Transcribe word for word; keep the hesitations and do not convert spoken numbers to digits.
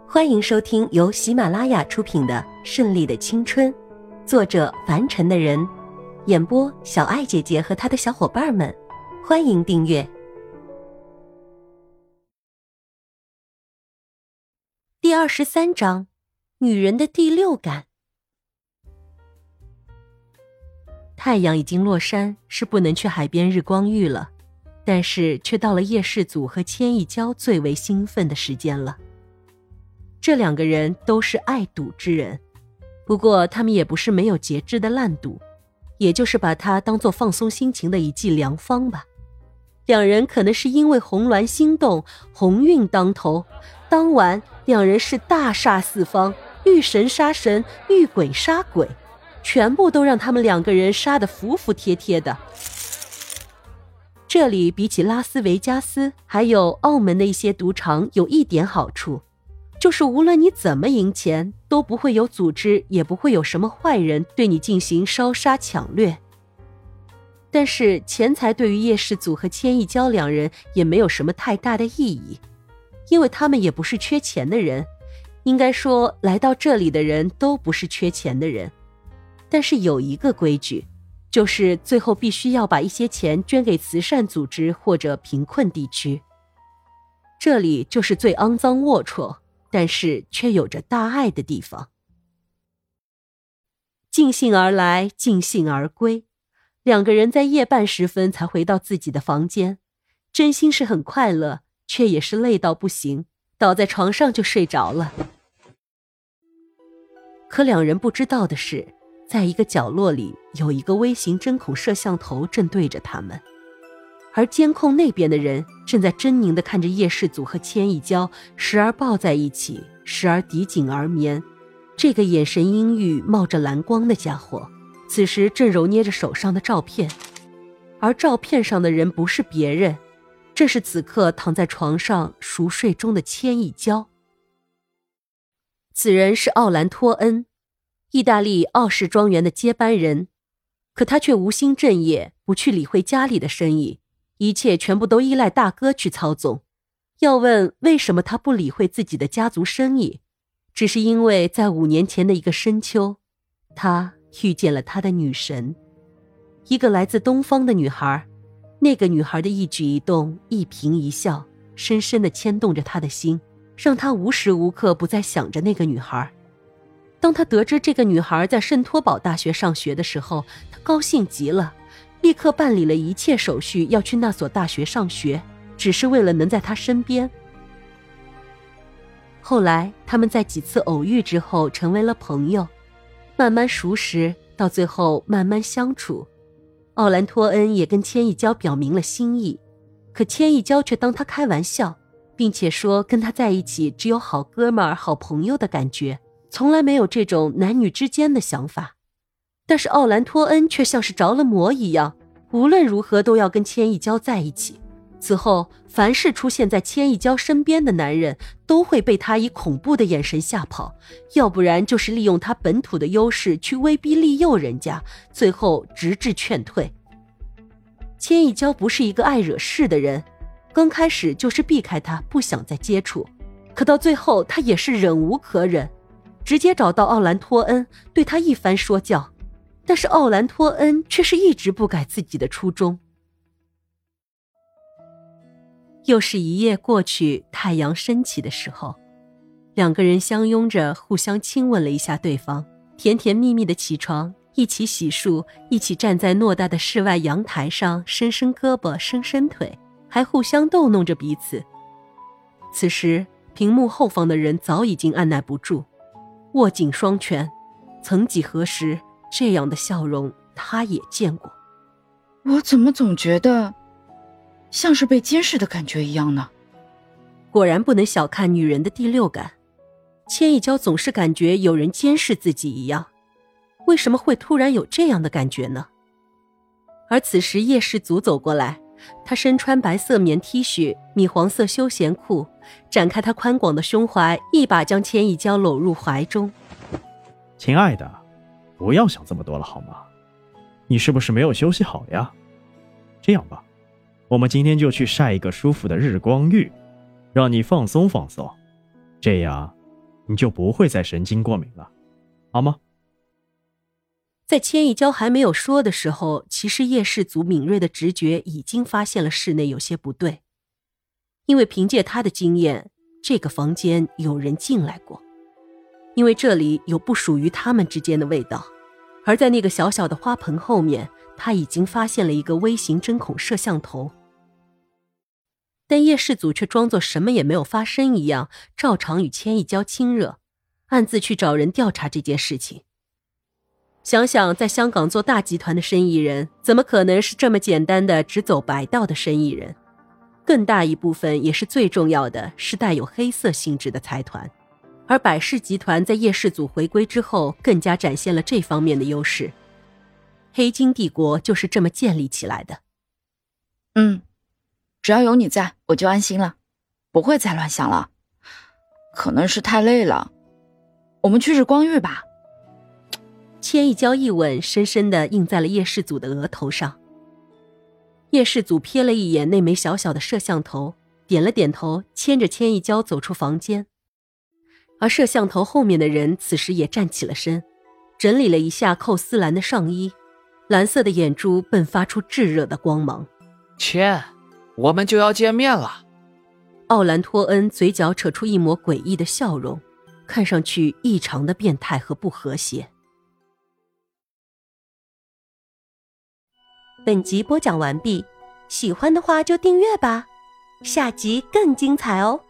欢迎收听由喜马拉雅出品的《顺利的青春》，作者凡尘的人，演播小爱姐姐和她的小伙伴们。欢迎订阅。第二十三章，女人的第六感。太阳已经落山，是不能去海边日光浴了，但是却到了叶世祖和千亿娇最为兴奋的时间了。这两个人都是爱赌之人，不过他们也不是没有节制的烂赌，也就是把它当作放松心情的一剂良方吧。两人可能是因为红鸾心动，鸿运当头，当晚两人是大杀四方，遇神杀神，遇鬼杀鬼，全部都让他们两个人杀得服服帖帖的。这里比起拉斯维加斯还有澳门的一些赌场有一点好处，就是无论你怎么赢钱，都不会有组织，也不会有什么坏人对你进行烧杀抢掠。但是钱财对于叶世祖和千亿娇两人也没有什么太大的意义，因为他们也不是缺钱的人，应该说来到这里的人都不是缺钱的人。但是有一个规矩，就是最后必须要把一些钱捐给慈善组织或者贫困地区。这里就是最肮脏龌龊，但是却有着大爱的地方。尽兴而来，尽兴而归，两个人在夜半时分才回到自己的房间，真心是很快乐，却也是累到不行，倒在床上就睡着了。可两人不知道的是，在一个角落里有一个微型针孔摄像头正对着他们，而监控那边的人正在狰狞地看着叶世祖和千亿娇时而抱在一起，时而抵颈而眠。这个眼神阴郁冒着蓝光的家伙此时正揉捏着手上的照片，而照片上的人不是别人，正是此刻躺在床上熟睡中的千亿娇。此人是奥兰托恩，意大利奥氏庄园的接班人，可他却无心正业，不去理会家里的生意，一切全部都依赖大哥去操纵。要问为什么他不理会自己的家族生意，只是因为在五年前的一个深秋，他遇见了他的女神，一个来自东方的女孩。那个女孩的一举一动，一颦一笑，深深地牵动着他的心，让他无时无刻不在想着那个女孩。当他得知这个女孩在圣托堡大学上学的时候，他高兴极了，立刻办理了一切手续要去那所大学上学，只是为了能在她身边。后来他们在几次偶遇之后成为了朋友，慢慢熟识，到最后慢慢相处。奥兰托恩也跟千亿娇表明了心意，可千亿娇却当他开玩笑，并且说跟他在一起只有好哥们儿好朋友的感觉，从来没有这种男女之间的想法。但是奥兰托恩却像是着了魔一样，无论如何都要跟千亿娇在一起。此后凡是出现在千亿娇身边的男人都会被他以恐怖的眼神吓跑，要不然就是利用他本土的优势去威逼利诱人家，最后直至劝退。千亿娇不是一个爱惹事的人，刚开始就是避开他，不想再接触，可到最后他也是忍无可忍，直接找到奥兰托恩，对他一番说教。但是奥兰托恩却是一直不改自己的初衷。又是一夜过去，太阳升起的时候，两个人相拥着互相亲吻了一下对方，甜甜蜜蜜的起床，一起洗漱，一起站在偌大的室外阳台上，伸伸胳膊伸伸腿，还互相逗弄着彼此。此时屏幕后方的人早已经按捺不住，握紧双拳，曾几何时这样的笑容他也见过。 我怎么总觉得像是被监视的感觉一样呢？ 果然不能小看女人的第六感，千亿娇总是感觉有人监视自己一样，为什么会突然有这样的感觉呢？而此时叶世祖走过来，他身穿白色棉 T 恤，米黄色休闲裤，展开他宽广的胸怀，一把将千亿娇搂入怀中。 亲爱的，不要想这么多了好吗？你是不是没有休息好呀？这样吧，我们今天就去晒一个舒服的日光浴，让你放松放松，这样你就不会再神经过敏了，好吗？ 在千一娇还没有说的时候，其实叶氏族敏锐的直觉已经发现了室内有些不对，因为凭借他的经验，这个房间有人进来过，因为这里有不属于他们之间的味道，而在那个小小的花盆后面，他已经发现了一个微型针孔摄像头。但叶氏族却装作什么也没有发生一样，照常与千一娇亲热，暗自去找人调查这件事情。想想在香港做大集团的生意人，怎么可能是这么简单的只走白道的生意人？更大一部分也是最重要的，是带有黑色性质的财团。而百氏集团在叶氏族回归之后，更加展现了这方面的优势。黑金帝国就是这么建立起来的。 嗯，只要有你在，我就安心了，不会再乱想了。可能是太累了，我们去日光浴吧。 千一娇一吻深深地印在了叶氏祖的额头上。叶氏祖瞥了一眼那枚小小的摄像头，点了点头，牵着千一娇走出房间。而摄像头后面的人此时也站起了身，整理了一下寇丝兰的上衣，蓝色的眼珠迸发出炙热的光芒。 千，我们就要见面了。 奥兰托恩嘴角扯出一抹诡异的笑容，看上去异常的变态和不和谐。 本集播讲完毕，喜欢的话就订阅吧，下集更精彩哦。